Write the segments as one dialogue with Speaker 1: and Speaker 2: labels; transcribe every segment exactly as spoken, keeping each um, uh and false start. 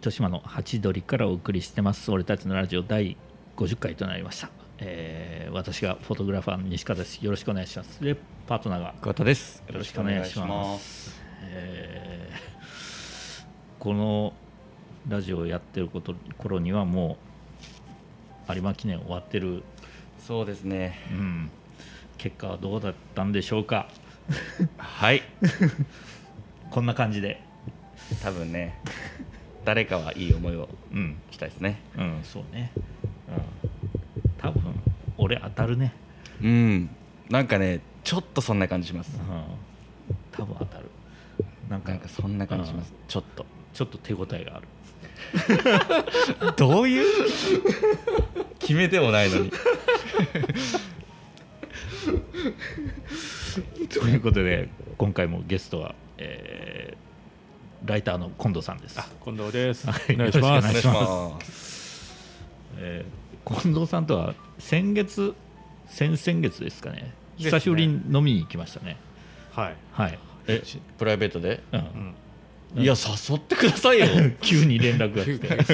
Speaker 1: 糸島のハチドリからお送りしてます。俺たちのラジオだいごじゅっかいとなりました。えー、私がフォトグラファーの西川です。よろしくお願いします。でパートナーが
Speaker 2: 桑田です。
Speaker 1: よろしくお願いします。えー、このラジオをやってること頃にはもう有馬記念終わってる。
Speaker 2: そうですね、
Speaker 1: うん、結果はどうだったんでしょうか。
Speaker 2: はい
Speaker 1: こんな感じで
Speaker 2: 多分ね誰かはいい思いをしたいですね。
Speaker 1: うん、うん、そうね、うん、多分俺当たるね。
Speaker 2: うん、なんかねちょっとそんな感じします、
Speaker 1: うん、多分当たる。なんか、
Speaker 2: なんかそんな感じします、
Speaker 1: うん、
Speaker 2: ちょっと
Speaker 1: ちょっと手応えがある。
Speaker 2: どういう決めてもないのに
Speaker 1: ということで今回もゲストは、えー、ライターの近藤さんです。
Speaker 3: あ、近藤です、
Speaker 1: はい、
Speaker 3: お願いします。
Speaker 1: お願いします。えー、近藤さんとは先月先々月ですかね、久しぶりに飲みに行きましたね。
Speaker 3: はい、
Speaker 1: はい、
Speaker 2: えプライベートで、
Speaker 1: うん
Speaker 2: うん、いや誘ってくださいよ
Speaker 1: 急に連絡が来て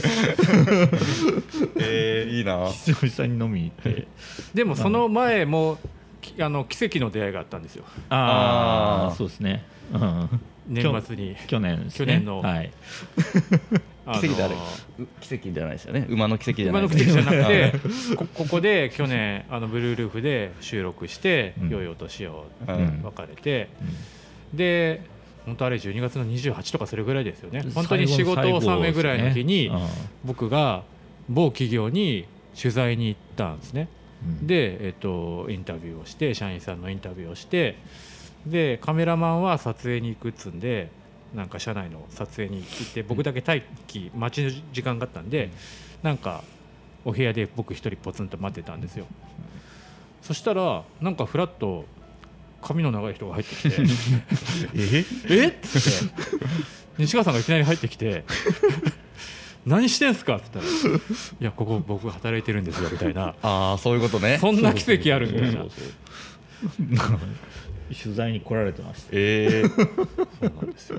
Speaker 2: えー、いいな。
Speaker 1: 久々に飲みに行って。
Speaker 3: でもその前もあの奇跡の出会いがあったんですよ。
Speaker 1: ああ、そうですね、うん、
Speaker 3: 年末に
Speaker 1: 去年ですね、
Speaker 3: 去年の、
Speaker 1: はい、
Speaker 2: 奇跡であれ奇跡じゃないですよね。馬の奇跡じゃない
Speaker 3: 馬の奇跡じゃなくてこ, ここで去年あのブルールーフで収録して、うん、良いお年を別れて、うん、で本当あれじゅうにがつのにじゅうはちとかそれぐらいですよね。本当に仕事納めぐらいの日に、ね、僕が某企業に取材に行ったんですね。うん、で、えっと、インタビューをして社員さんのインタビューをしてでカメラマンは撮影に行くっつんでなんか社内の撮影に行って僕だけ待機待ちの時間があったんで、うん、なんかお部屋で僕一人ポツンと待ってたんですよ。うん、そしたらなんかフラッと髪の長い人が入ってきてええって西川さんがいきなり入ってきて何してんすかって言ったらいやここ僕働いてるんですよみたいな。
Speaker 2: ああそういうことね。
Speaker 3: そんな奇跡あるみたいな。
Speaker 1: 取材に来られてました。
Speaker 2: えー、
Speaker 3: そうなんですよ。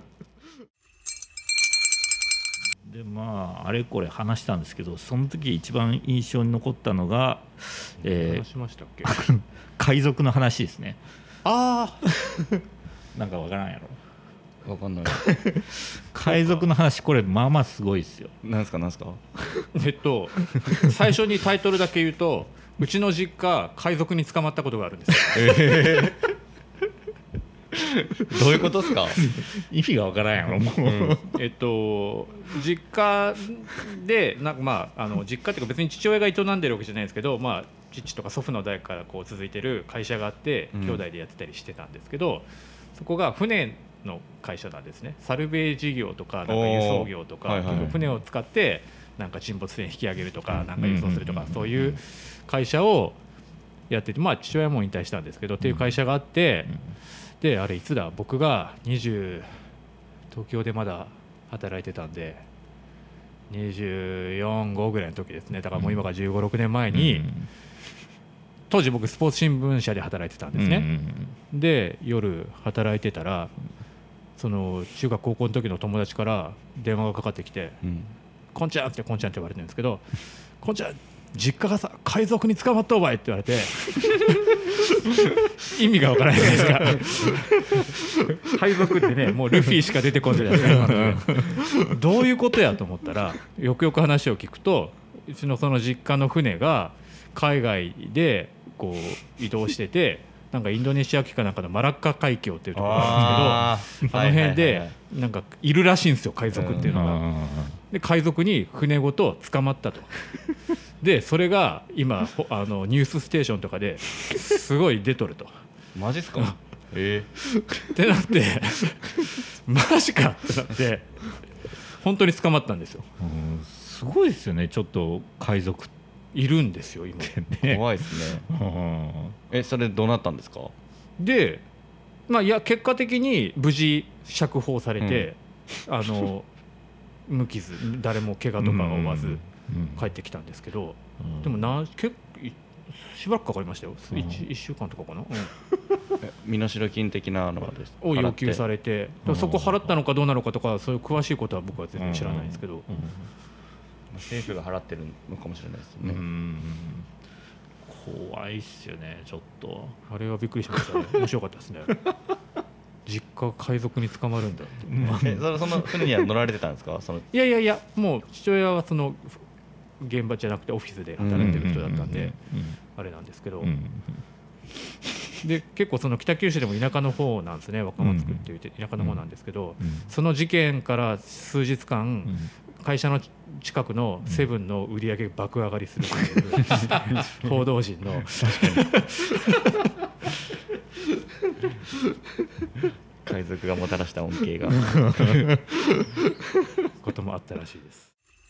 Speaker 1: でまああれこれ話したんですけどその時一番印象に残ったのが、
Speaker 3: えー、話しましたっけ
Speaker 1: 海賊の話ですね。
Speaker 3: ああ
Speaker 1: なんかわからんやろ。
Speaker 2: わかんない。
Speaker 1: 海賊の話これまあまあすごいですよ。
Speaker 2: なんすかなんすか。
Speaker 3: えっと最初にタイトルだけ言うとうちの実家海賊に捕まったことがあるんですよ。え
Speaker 2: ー、どういうことですか。
Speaker 1: 意味がわからんやろもう、うん、
Speaker 3: えっと実家でなんかまああの実家っていうか別に父親が営んでるわけじゃないんですけど、まあ父とか祖父の代からこう続いてる会社があって兄弟でやってたりしてたんですけど、うん、そこが船の会社なんですね。サルベージ業とかなんか輸送業とか、はいはい、船を使ってなんか沈没船引き上げるとかなんか輸送するとかそういう会社をやってて、まあ父親も引退したんですけどっていう会社があって、であれいつだ僕がにじゅう東京でまだ働いてたんでにじゅうよん、ごぐらいの時ですね。だからもう今からじゅうご、ろくねんまえに当時僕スポーツ新聞社で働いてたんですね。で夜働いてたらその中学高校の時の友達から電話がかかってきて、うん、こんちゃんってこんちゃんって言われてるんですけどこんちゃん実家がさ海賊に捕まったおばいって言われて意味がわからないですか。海賊ってねもうルフィしか出てこんじゃないですか。どういうことやと思ったらよくよく話を聞くとうちのその実家の船が海外でこう移動しててなんかインドネシア機かなんかのマラッカ海峡っていうところなんですけど あ, あの辺でなんかいるらしいんですよ海賊っていうのが。で海賊に船ごと捕まったと。でそれが今あのニュースステーションとかですごい出とると。
Speaker 2: マジっすか。え
Speaker 3: ー、ってなってマジかってなって本当に捕まったんですよ。
Speaker 1: うん、すごいですよね。ちょっと海賊
Speaker 3: いるんですよ今、
Speaker 2: ね、怖いですね。えそれどうなったんですか。
Speaker 3: で、まあ、いや結果的に無事釈放されて、うん、あの無傷誰も怪我とかが負わず帰ってきたんですけど、うん、でもな結しばらくかかりましたよ。 1, いっしゅうかんとかかな、うん、
Speaker 2: 身代金的なのはです
Speaker 3: を要求されて、そこ払ったのかどうなのかとかそういう詳しいことは僕は全然知らないんですけど、
Speaker 2: 政府が払ってるのかもしれないですね。
Speaker 1: うん怖いっすよねちょっと。
Speaker 3: あれはびっくりしましたね。面白かったですね。実家海賊に捕まるんだって。
Speaker 2: えそのその船には乗られてたんですか？その
Speaker 3: いやいやいや、もう父親はその現場じゃなくてオフィスで働いてる人だったんであれなんですけど、で結構その北九州でも田舎の方なんですね。若松区っていう田舎の方なんですけど、その事件から数日間会社の近くのセブンの売り上げ爆上がりするという報道陣の
Speaker 2: 海賊がもたらした恩恵が
Speaker 3: こともあったらしいです。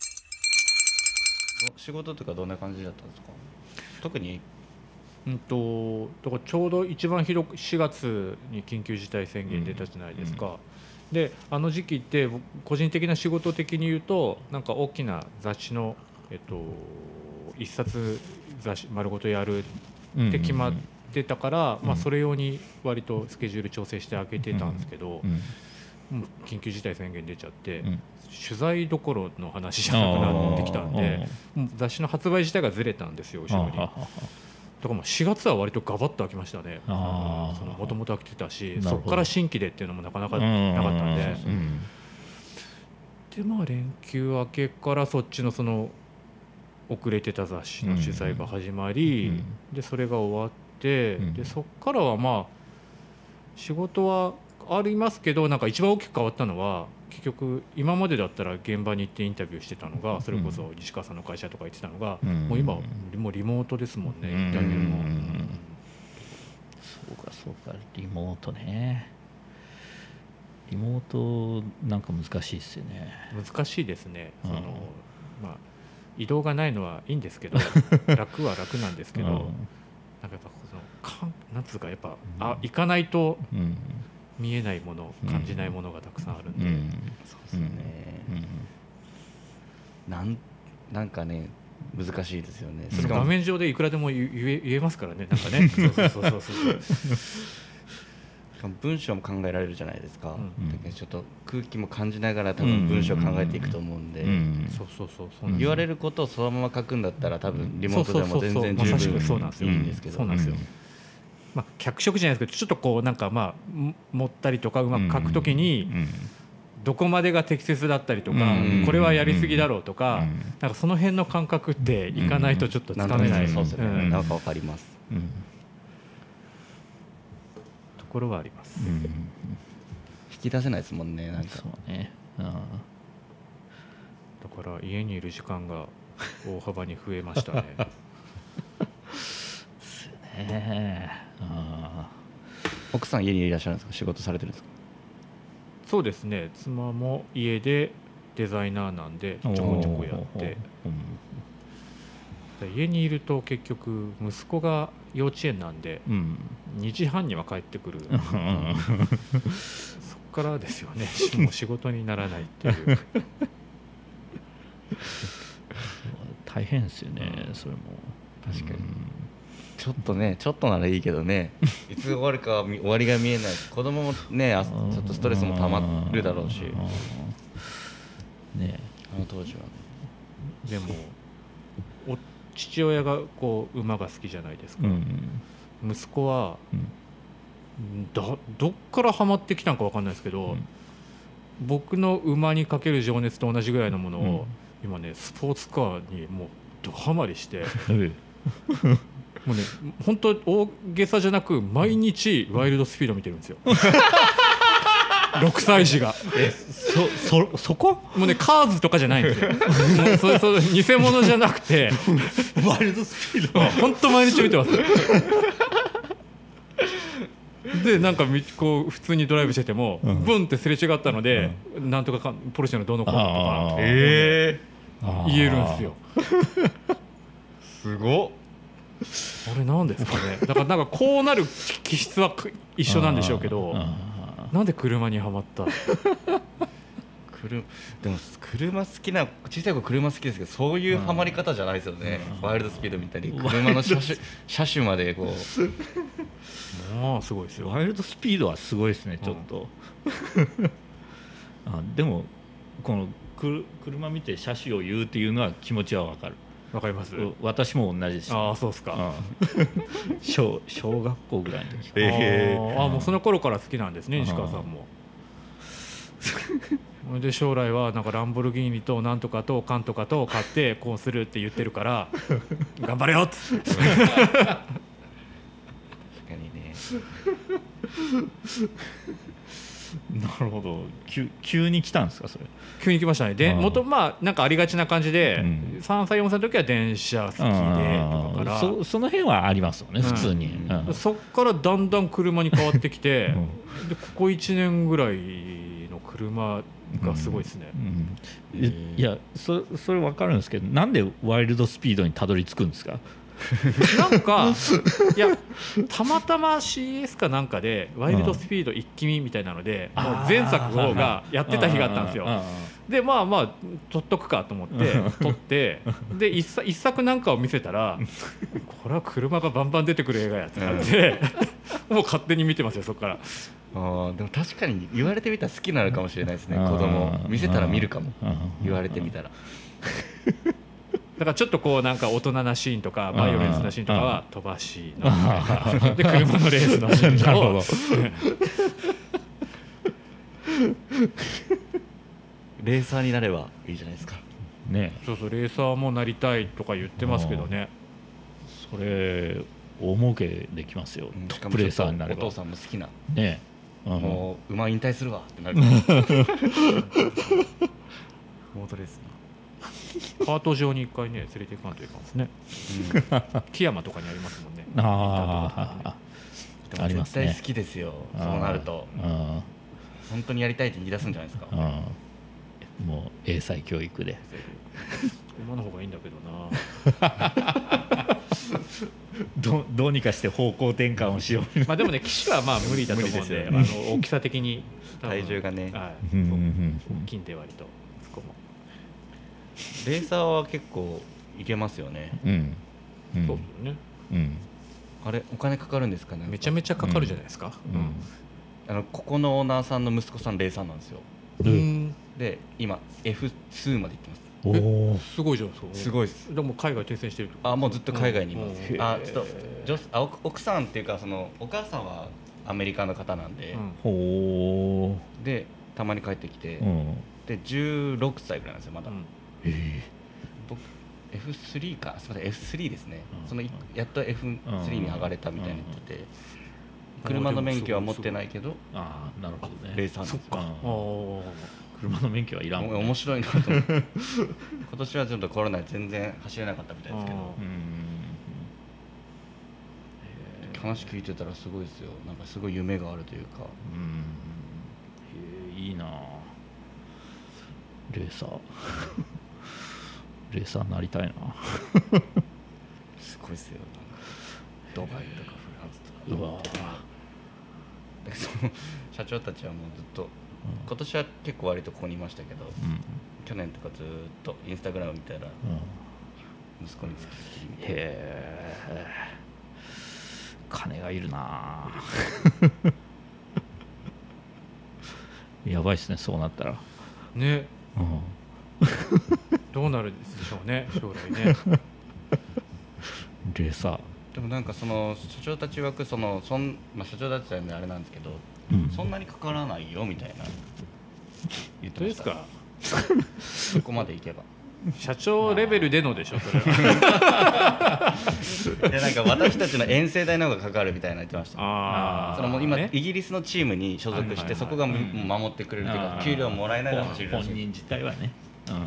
Speaker 2: 仕事とかどんな感じだったんですか？特に
Speaker 3: うんとだからちょうど一番ひどくしがつに緊急事態宣言出たじゃないですか、うんうん、であの時期って個人的な仕事的に言うとなんか大きな雑誌の、えっと、一冊雑誌丸ごとやるって決まってたから、うんまあ、それ用に割とスケジュール調整して開けてたんですけど、うんうん、もう緊急事態宣言出ちゃって、うん、取材どころの話じゃなくなってきたんでもう雑誌の発売自体がずれたんですよ後ろに。だからしがつは割とガバッと開きましたね。もともと開けてたしそこから新規でっていうのもなかなかなかったんで、うん、でまあ連休明けからそっちのその遅れてた雑誌の取材が始まり、うんうん、でそれが終わって、うん、でそこからはまあ仕事はありますけどなんか一番大きく変わったのは結局今までだったら現場に行ってインタビューしてたのがそれこそ西川さんの会社とか行ってたのが、うん、もう今もうリモートですもんね、インタビューも、うん、
Speaker 1: そうかそうかリモートね。リモートなんか難しいですよね。
Speaker 3: 難しいですね、うん、そのまあ移動がないのはいいんですけど楽は楽なんですけど、うん、なんかやっぱそのかんなんつうかやっぱ、うん、あ行かないと、うん見えないもの感じないものがたくさんあるんで、うんうん、
Speaker 2: そうですね、うん、なんなんかね難しいですよね。
Speaker 3: それ画面上でいくらでも言え、言えますからねなんかねそうそうそうそうそう
Speaker 2: 文章も考えられるじゃないですか、うん、だけどちょっと空気も感じながら多分文章を考えていくと思うんで言われることをそのまま書くんだったら多分リモートでも全然十分いいんですけど、
Speaker 3: そうなんですよ。まあ、脚色じゃないですけどちょっとこうなんかまあ持ったりとかうまく書くときにどこまでが適切だったりとかこれはやりすぎだろうとかなんかその辺の感覚っていかないとちょっとつかめない
Speaker 2: そうですねなんかわかります
Speaker 3: ところはあります。
Speaker 2: 引き出せないですもんねなんか
Speaker 1: そうねあ
Speaker 3: だから家にいる時間が大幅に増えましたね
Speaker 1: えー、あ
Speaker 2: 奥さん家にいらっしゃるんですか？仕事されてるんですか？
Speaker 3: そうですね妻も家でデザイナーなんでちょこちょこやって家にいると結局息子が幼稚園なんで、うん、にじはんには帰ってくるそこからですよねもう仕事にならないっていう
Speaker 1: 大変ですよね、うん、それも
Speaker 2: 確かに、うんちょっとねちょっとならいいけどねいつ終わるか終わりが見えない子供もねちょっとストレスもたまるだろうし
Speaker 1: ね
Speaker 2: あの当時はね
Speaker 3: でもお父親がこう馬が好きじゃないですか、うん、息子は、うん、だどっからハマってきたんか分かんないですけど、うん、僕の馬にかける情熱と同じぐらいのものを、うん、今ねスポーツカーにもうドハマりしてもうね本当大げさじゃなく毎日ワイルドスピード見てるんですよろくさい児が
Speaker 1: え そ, そ, そこ
Speaker 3: もうねカーズとかじゃないんですよもうそれそれ偽物じゃなくて
Speaker 1: ワイルドスピード
Speaker 3: 本当毎日見てますでなんかこう普通にドライブしてても、うん、ブンってすれ違ったので、うん、なんとかかポルシェのどうのこうのとか、
Speaker 2: え
Speaker 3: ー、言えるんですよ
Speaker 2: すごっ
Speaker 3: あれなんですかねだからなんかこうなる気質は一緒なんでしょうけどなんで車にはまった
Speaker 2: 車でも車好きな小さい子車好きですけどそういうハマり方じゃないですよね、うん、ワイルドスピードみたいに車の車種車種までこう
Speaker 3: まあすごいですよ。
Speaker 1: ワイルドスピードはすごいですねちょっと、うん、あでもこのく車見て車種を言うっていうのは気持ちは分かる。
Speaker 3: わかります。
Speaker 1: 私も同じです。
Speaker 3: ああそうですか。
Speaker 1: 小, 小学校ぐらいの時。
Speaker 3: えー、ああもうその頃から好きなんですね西川さんも。で将来はなんかランボルギーニとなんとかとカンとかと買ってこうするって言ってるから頑張れよっつって。確か
Speaker 2: にね。
Speaker 1: なるほど。急, 急に来たんですかそれ。
Speaker 3: 急に来ましたね。で元まあなんかありがちな感じで、うん、さんさいよんさいの時は電車好きでとかから
Speaker 1: そ, その辺はありますよね普通に、
Speaker 3: うんうん、そっからだんだん車に変わってきて、うん、でここいちねんぐらいの車がすごいですね、
Speaker 1: うんうん、いや そ, それ分かるんですけどなんでワイルドスピードにたどり着くんですか。
Speaker 3: なんかいやたまたま シーエス かなんかでワイルドスピード一気見みたいなので、うん、もう前作をがやってた日があったんですよ。でまあまあ撮っとくかと思って撮ってで 一, 一作なんかを見せたらこれは車がバンバン出てくる映画やってなってもう勝手に見てますよそこから。
Speaker 2: あでも確かに言われてみたら好きになるかもしれないですね。子供見せたら見るかも言われてみたら。
Speaker 3: だからちょっとこうなんか大人なシーンとかバイオレンスなシーンとかは飛ばしので車のレースのシーンを
Speaker 2: レーサーになればいいじゃないですか
Speaker 1: ね。
Speaker 3: そうそうレーサーもなりたいとか言ってますけどね。
Speaker 1: それ大儲けできますよ、うん、トップレーサーになれば。
Speaker 2: お父さんも好きな
Speaker 1: ね、
Speaker 2: うん、もう馬引退するわってなるモートレースに
Speaker 3: カート場に一回ね連れていかんといかんですね、うん、木山とかにありますもんね。
Speaker 1: ああ
Speaker 2: でも絶対好きですよ、ね、そうなると本当にやりたいって言い出すんじゃないですか。
Speaker 1: もう英才教育で
Speaker 3: 馬の方がいいんだけどな
Speaker 1: ど, どうにかして方向転換をしよう
Speaker 3: まあでもね騎手はまあ無理だと思うんで、あの大きさ的に
Speaker 2: 体重がね、
Speaker 3: はい、大きいんで割とそこも
Speaker 2: レーサーは結構いけますよね。
Speaker 1: うんうん、
Speaker 3: そうですよね、
Speaker 1: うん、
Speaker 2: あれお金かかるんですかね。
Speaker 3: めちゃめちゃかかるじゃないですか、うんうん、
Speaker 2: あのここのオーナーさんの息子さんレーサーなんですよ、
Speaker 3: うん、
Speaker 2: で今 エフツー まで行ってます。
Speaker 3: おすごいじゃないですか。
Speaker 2: すごいです。
Speaker 3: でも海外転戦してる。
Speaker 2: あもうずっと海外にいます、うん、あちょっと女あ奥さんっていうかそのお母さんはアメリカの方なんで、
Speaker 1: うん、
Speaker 2: でたまに帰ってきて、うん、でじゅうろくさいぐらいなんですよまだ、うん、
Speaker 1: え
Speaker 2: 僕 エフスリー かすみません エフスリー ですね、うん、そのやっと エフスリー に上がれたみたいに言ってて、うん、車の免許は持ってないけど、
Speaker 1: あなるほどね、
Speaker 2: レーサーなんですよ。
Speaker 1: そっか車の免許はいらんもん、ね、
Speaker 2: 面白いなと思って今年はちょっとコロナで全然走れなかったみたいですけど、うん、話聞いてたらすごいですよ。なんかすごい夢があるというか、
Speaker 1: うん、いいなレーサーレーサーになりたいな
Speaker 2: すごいですよ。なんかドバイとかフランスとか、うわその社長たちはもうずっと今年は結構割とここにいましたけど、うん、去年とかずっとインスタグラム見たら、うん、息子につきつきみたいな。へ
Speaker 1: え金がいるなやばいっすねそうなったら
Speaker 3: ね、うん、どうなるんでしょうね将来ね
Speaker 1: レーサー
Speaker 2: でもなんかその社長たち曰くそのそん、まあ、社長たちはあれなんですけど、うん、そんなにかからないよみたいな言ってました。
Speaker 3: どうですか
Speaker 2: そこまでいけば
Speaker 3: 社長レベルでのでしょそれはい
Speaker 2: やなんか私たちの遠征代の方がかかるみたいな言ってました。
Speaker 3: あ
Speaker 2: そのもう今、ね、イギリスのチームに所属してそこがもう守ってくれるというか給料もらえないかもしれない。
Speaker 1: 本人自体はね、うん、でも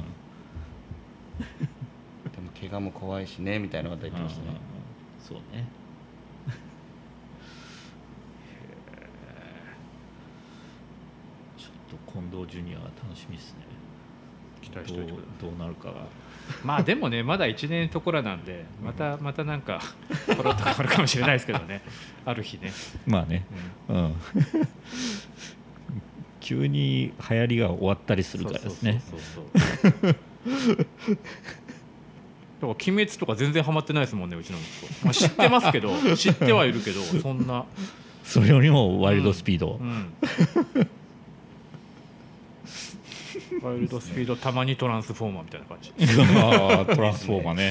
Speaker 2: 怪我も怖いしねみたいなこと言ってましたね。
Speaker 1: そうねちょっと近藤ジュニアが楽しみですね。
Speaker 3: 期待しておいてください。
Speaker 1: どうなるかが
Speaker 3: まあでもねまだいちねんところなんでまたまたなんかコロッと変わるかもしれないですけどねある日ね
Speaker 1: まあね、うん、うん、 急に流行りが終わったりするからですね。
Speaker 3: だから鬼滅とか全然ハマってないですもんね、うちの息子、まあ、知ってますけど知ってはいるけど、そんな
Speaker 1: それよりもワイルドスピード、
Speaker 3: うんうんワイルドスピードたまにトランスフォーマーみたいな感じ
Speaker 1: あトランスフォーマーね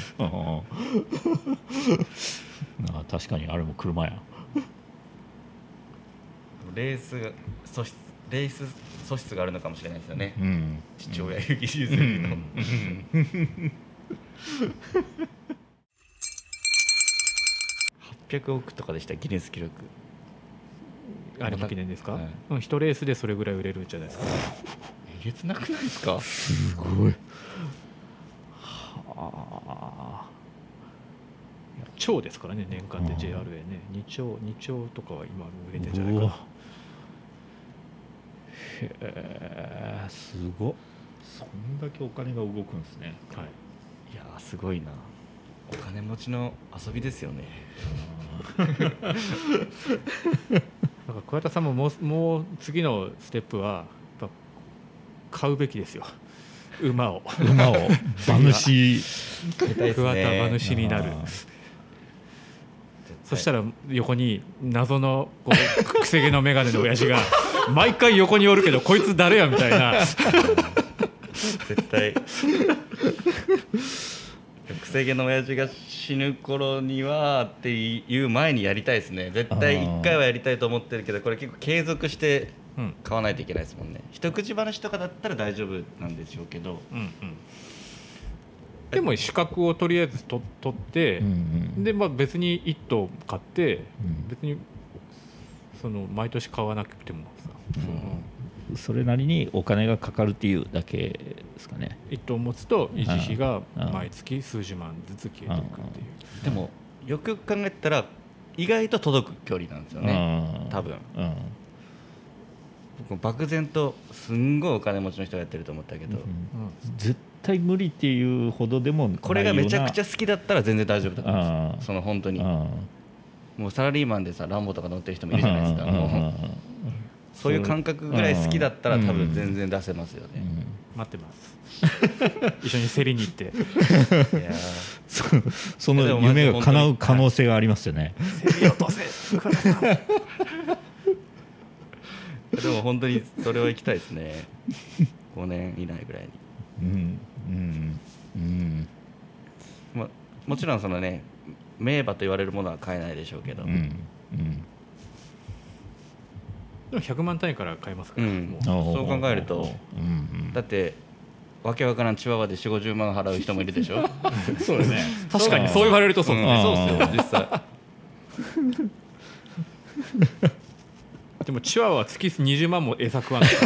Speaker 1: あ確かにあれも車や。
Speaker 2: レース素質レース素質があるのかもしれないですよね、
Speaker 1: うん、
Speaker 2: 父親譲りの、うんうん、はっぴゃくおくとかでしたギネス記録。
Speaker 3: 有馬記念ですか、
Speaker 2: はい、
Speaker 3: うん、いちレースでそれぐらい売れるんじゃないですか。
Speaker 2: えげつなくないですか。
Speaker 1: すごい。はあ。
Speaker 3: 兆ですからね、年間で ジェイアールエー ね、にちょうにちょうとかは今売れてんじゃないかな。
Speaker 1: へえ、すごっ。そんだけお金が動くんですね。
Speaker 3: はい。
Speaker 2: いやーすごいな。お金持ちの遊びですよね。
Speaker 3: だから桑田さんももう、もう次のステップはやっぱ買うべきですよ。馬を
Speaker 1: 馬を馬主
Speaker 3: 桑田馬主になる。そしたら横に謎のこうくせ毛の眼鏡の親父が毎回横におるけどこいつ誰やみたいな
Speaker 2: 絶対くせ毛の親父が死ぬ頃にはっていう前にやりたいですね。絶対いっかいはやりたいと思ってるけど、これ結構継続して買わないといけないですもんね、うん、一口話とかだったら大丈夫なんでしょうけど、
Speaker 3: うんうん、でも資格をとりあえずと取って、うんうん、でまあ、別にいっ頭買って、うん、別にその毎年買わなくてもさ、
Speaker 1: うん、それなりにお金がかかるっていうだけですかね。
Speaker 3: いっ頭持つと維持費が毎月数十万ずつ消えていくっていう。
Speaker 2: でもよく考えたら意外と届く距離なんですよね、多分、うん、僕漠然とすんごいお金持ちの人がやってると思ったけど、うんうん、
Speaker 1: 絶対無理っていうほどでもないような。
Speaker 2: これがめちゃくちゃ好きだったら全然大丈夫だと思うんですよ。その本当にもうサラリーマンでさランボとか乗ってる人もいるじゃないですか。もうそういう感覚ぐらい好きだったら多分全然出せますよね、うんうん、
Speaker 3: 待ってます一緒に競りに行っていや
Speaker 1: そ, その夢が叶う可能性がありますよね。
Speaker 3: 競り落とせ
Speaker 2: でも本当にそれは行きたいですねごねん以内ぐらいに、うんうんうんま、もちろんそのね名馬と言われるものは買えないでしょうけど、うんうん、
Speaker 3: でもひゃくまん単位から買えますから、うん、
Speaker 2: もうそう考えると、うんうん、だってわけわからんチワワでよんじゅうごじゅうまん払う人もいるでしょ
Speaker 3: そうですね確かにそう言われるとそうですね、そうですよ実際でもチワワは月にじゅうまんも餌食わない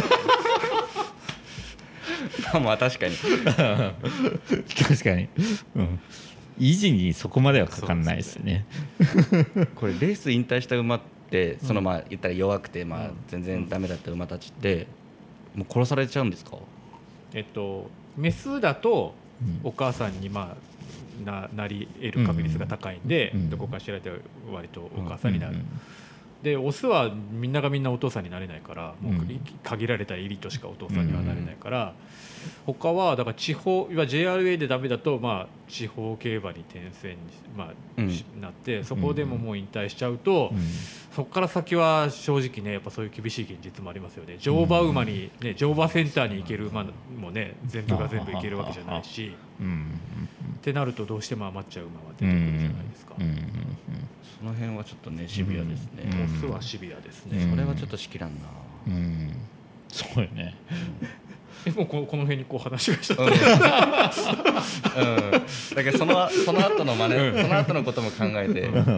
Speaker 2: まあ確かに
Speaker 1: 確かに、うん、維持にそこまではかかんないですね。
Speaker 2: これレース引退した馬ってそのまあ言ったら弱くてまあ全然ダメだった馬たちってもう殺されちゃうんですか？
Speaker 3: えっとメスだとお母さんにまあ な, なり得る確率が高いんで、どこか知られて割とお母さんになる。でオスはみんながみんなお父さんになれないから、もう限られたエリートしかお父さんにはなれないから、他はだから地方 ジェイアールエー でダメだと、まあ、地方競馬に転戦に、まあうん、なってそこでももう引退しちゃうと、うん、そこから先は正直ねやっぱそういう厳しい現実もありますよね。乗馬馬に、ね、乗馬センターに行ける馬もね全部が全部行けるわけじゃないし、うん、ってなるとどうしても余っちゃう馬は出てくるじゃないですか。うんうんうん、
Speaker 2: その辺はちょっとねシビアですね。
Speaker 3: オスはシビアですね。
Speaker 2: それはちょっとしきらんな。
Speaker 1: うん、そうよね。
Speaker 3: えもうこの、この辺にこう話がしちゃった、うん
Speaker 2: うん、だけどそのその後の真似、うん、その後のことも考えて、うん、なんか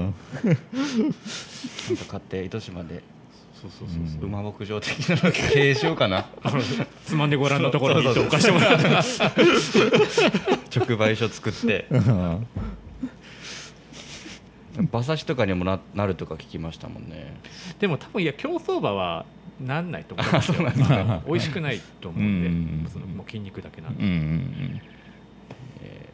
Speaker 2: 買って糸島でそうそうそうそう、馬牧場的なの経営しようかな。
Speaker 3: つまんでご覧のところに置かしてもらって
Speaker 2: 直売所作って馬刺しとかにも な, なるとか聞きましたもんね。
Speaker 3: でも多分いや競走馬はなんないと思うんですよ。美味しくないと思うんで、うんうん、そのもう筋肉だけなんで、うんうんうん
Speaker 2: え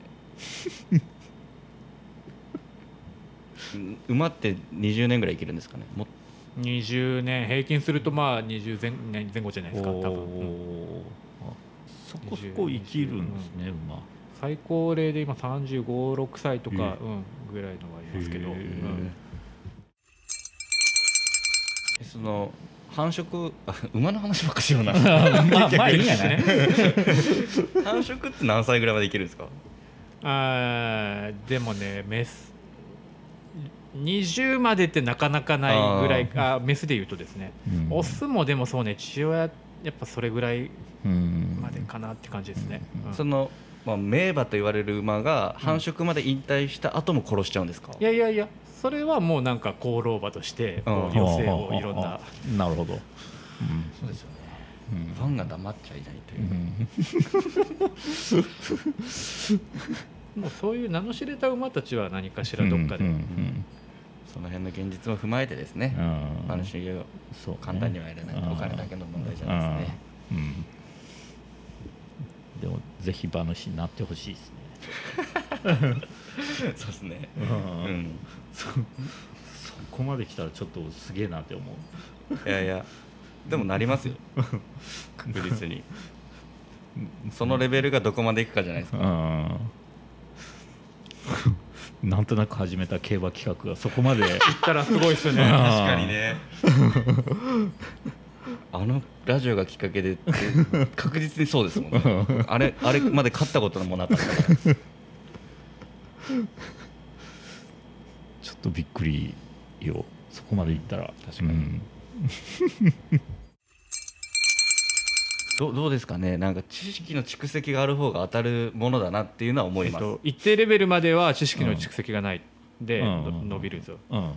Speaker 2: ー、馬ってにじゅうねんぐらい生きるんですかね。も
Speaker 3: にじゅうねん平均するとまあにじゅう前後じゃないですか多分、うん、
Speaker 1: そこそこ生きるんですね、馬。
Speaker 3: 最高齢で今さんじゅうご、ろくさいとか、うん、ぐらいのがありますけど、うん、
Speaker 2: その繁殖馬の話ばっかしような
Speaker 3: まあまあいいんじゃない
Speaker 2: 繁殖って何歳ぐらいまでいけるんですか？
Speaker 3: あでもねメスにじゅうまでってなかなかないぐらい、あメスでいうとですね、うん、オスもでもそうね父親やっぱそれぐらいまでかなって感じですね、
Speaker 2: うんうん、そのまあ、名馬と言われる馬が繁殖まで引退した後も殺しちゃうんですか？
Speaker 3: いやいやいやそれはもうなんか功労馬としてこう余生をいろんな、
Speaker 1: なるほど、うん、
Speaker 2: そうですよね、うん、ファンが黙っちゃいないというか、
Speaker 3: うん、もうそういう名の知れた馬たちは何かしらどっかで、うんうんうん、
Speaker 2: その辺の現実を踏まえてですね、馬主を簡単にはやらない、お金だけの問題じゃないですね、うん、
Speaker 1: でもぜひ馬主になってほしいですね
Speaker 2: そうですね、
Speaker 1: うんうん、そ, そこまで来たらちょっとすげえなって思
Speaker 2: う。いやいやでもなりますよ確実にそのレベルがどこまでいくかじゃないですか、
Speaker 1: うん、なんとなく始めた競馬企画がそこまでい
Speaker 3: ったらすごいですよね。
Speaker 2: 確かにねあのラジオがきっかけで確実にそうですもんねあれ、あれまで勝ったこともなかったから
Speaker 1: ちょっとびっくりよそこまでいったら。
Speaker 2: 確かに、うん、ど, どうですかね、なんか知識の蓄積がある方が当たるものだなっていうのは思います、えっと、
Speaker 3: 一定レベルまでは知識の蓄積がないで、うん、伸びるんですよ、うんうん、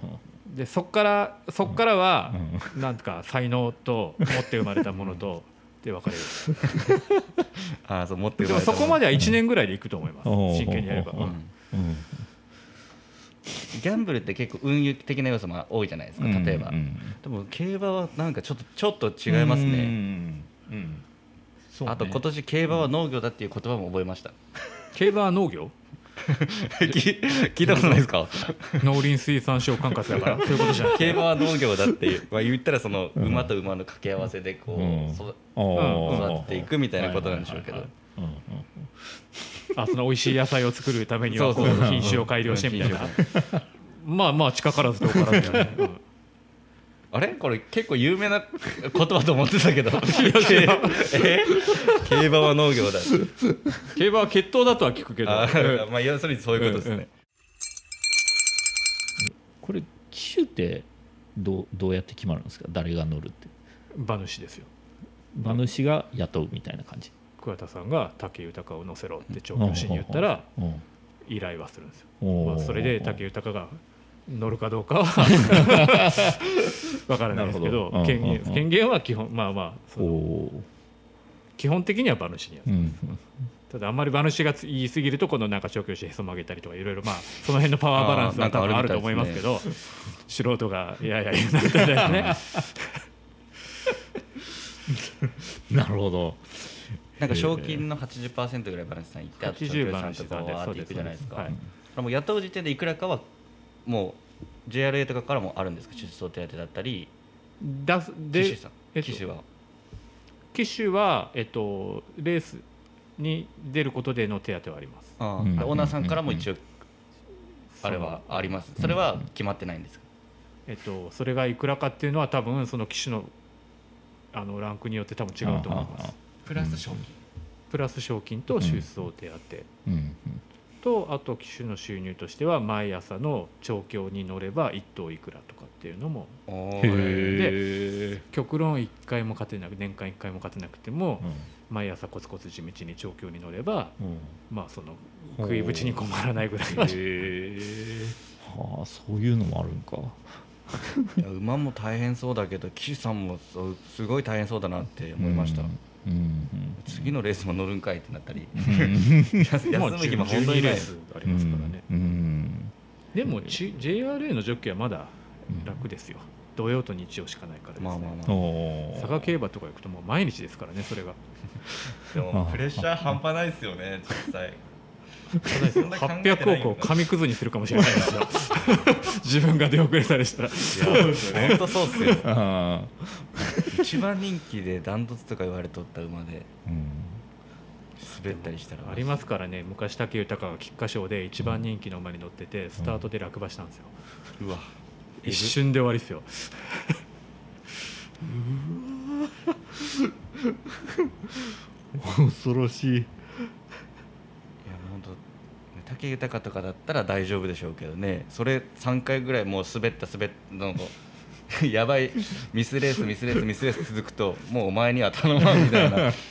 Speaker 3: でそこからそこからは、うん、なんとか才能と持って生まれたものとで分かれる
Speaker 2: あそう持って生
Speaker 3: まれたものでもそこまではいちねんぐらいでいくと思います、うん、真剣にやれば、うんうん、
Speaker 2: ギャンブルって結構運輸的な要素も多いじゃないですか、例えば、うんうん、でも競馬はなんかちょっとちょっと違いますね、うんうんうんそうね、あと今年競馬は農業だっていう言葉も覚えました。
Speaker 3: 競馬は農業
Speaker 2: 聞いたことないですか？
Speaker 3: 農林水産省管轄だからそういうことじゃない。
Speaker 2: 競馬は農業だっていう、まあ、言ったらその馬と馬の掛け合わせでこう、うん、育, 育っていくみたいなことなんでしょうけど、
Speaker 3: あその美味しい野菜を作るためにはこう品種を改良してみたいなまあまあ近からず遠からずだよね、うん、
Speaker 2: あれこれ結構有名な言葉と思ってたけどえ競馬は農業だ
Speaker 3: 競馬は血統だとは聞くけど、
Speaker 2: あ、まあ、要するにそういうことですね、うんうん、
Speaker 1: これ騎手ってど う, どうやって決まるんですか？誰が乗るって。
Speaker 3: 馬主ですよ。
Speaker 1: 馬主が雇うみたいな感じ。
Speaker 3: 桑田さんが武豊を乗せろって調教師に言ったら依頼はするんですよ、まあ、それで武豊が乗るかどうかは分からないですけど、権限、権限は基本まあまあその基本的には馬主にやる、うん、ただあんまり馬主が言い過ぎるとこのなんか調教師へそ曲げたりとかいろいろまあその辺のパワーバランスは多分あると思いますけど、素人がいやいや言うなんてですね
Speaker 1: なるほど。
Speaker 2: なんか賞金の はちじゅっパーセント ぐらい馬主さんいってあと調教師さんとかわーっていくじゃないですか。もう雇う時点でいくらかはもう ジェイアールエー とかからもあるんですか？出走手当だったり
Speaker 3: 出すで
Speaker 2: 騎手さん、えっと、騎手は
Speaker 3: 騎手は、えっと、レースに出ることでの手当はあります。
Speaker 2: あ、うん、オーナーさんからも一応あれはあります。それは決まってないんですか？
Speaker 3: えっと、それがいくらかっていうのは多分その騎手のあのランクによって多分違うと思います。
Speaker 2: プラス賞金、うん、
Speaker 3: プラス賞金と出走手当、うんうん、とあと騎手の収入としては毎朝の調教に乗ればいっ頭いくらとかっていうのもで極論いっかいも勝てなく年間いっかいも勝てなくても、うん、毎朝コツコツ地道に調教に乗れば、うん、まあその食いぶちに困らないぐらいの
Speaker 1: はあ、そういうのもあるんか
Speaker 2: いや馬も大変そうだけど騎手さんもすごい大変そうだなって思いました、うんうんうん、次のレースも乗るんかいってなったり、うん、休む日も本当にレース
Speaker 3: ありますからね、うんうん、でも ジェイアールエー のジョッキーはまだ楽ですよ。土曜と日曜しかないからですね、まあまあまあ、佐賀競馬とか行くともう毎日ですからね。それが
Speaker 2: でもプレッシャー半端ないですよね実際
Speaker 3: はっぴゃくおくを紙くずにするかもしれないですよ自分が出遅れたりしたら。い
Speaker 2: や本当そうっすよ一番人気でダントツとか言われとった馬で、うん、滑ったりしたら
Speaker 3: ありますからね。昔武豊が菊花賞で一番人気の馬に乗っててスタートで落馬したんですよ、
Speaker 2: うん、うわ
Speaker 3: 一瞬で終わりですよ
Speaker 1: 恐ろしい。いや
Speaker 2: 本当武豊とかだったら大丈夫でしょうけどね、それさんかいぐらいもう滑った滑ったのやばいミスレースミスレースミスレース続くともうお前には頼まんみたいなあ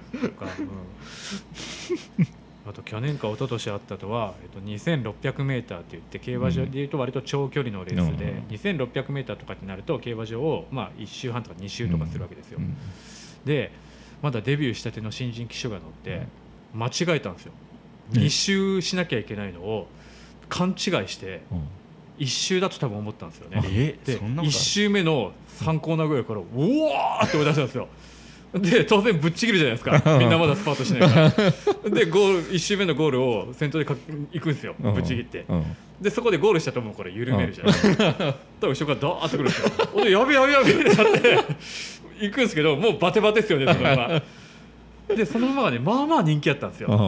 Speaker 3: と去年か一昨年あったとは、えっと、にせんろっぴゃくメーターって言って競馬場でいうと割と長距離のレースで、うん、にせんろっぴゃくメーターとかってなると競馬場をまあいっ周半とかに周とかするわけですよ、うん、でまだデビューしたての新人騎手が乗って間違えたんですよ、うん、に周しなきゃいけないのを勘違いしていっ周だと多分思ったんですよね、
Speaker 2: え
Speaker 3: でいっ周目の参考なぐらいからうわーって追い出したんですよで当然ぶっちぎるじゃないですかみんなまだスパートしないからでゴールいっ周目のゴールを先頭でか行くんですよぶっちぎってでそこでゴールしたともうこれ緩めるじゃないですか多分後ろからダーッとくるんですよおやべやべやべってなって行くんですけどもうバテバテですよねその馬でその馬がねまあまあ人気やったんですよ、うん、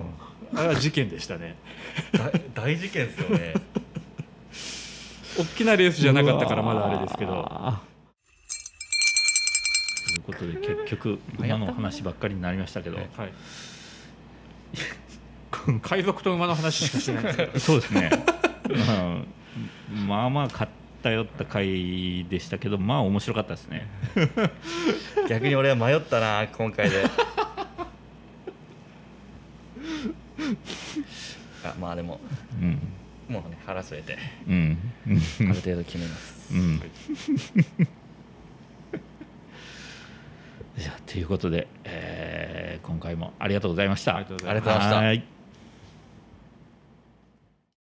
Speaker 3: あれは事件でしたね
Speaker 2: 大事件ですよね
Speaker 3: 大きなレースじゃなかったからまだあれですけど
Speaker 1: ということで結局馬の話ばっかりになりましたけど、はい、
Speaker 3: 海賊と馬の話しかしてないんですけど
Speaker 1: そうですね、まあ、まあまあ偏った回でしたけどまあ面白かったですね
Speaker 2: 逆に俺は迷ったな今回であまあでも、うん、もうね腹据えて、うん、ある程度決めます、うん
Speaker 1: ということで、えー、今回もありがとうございました。
Speaker 2: ありがとうございました。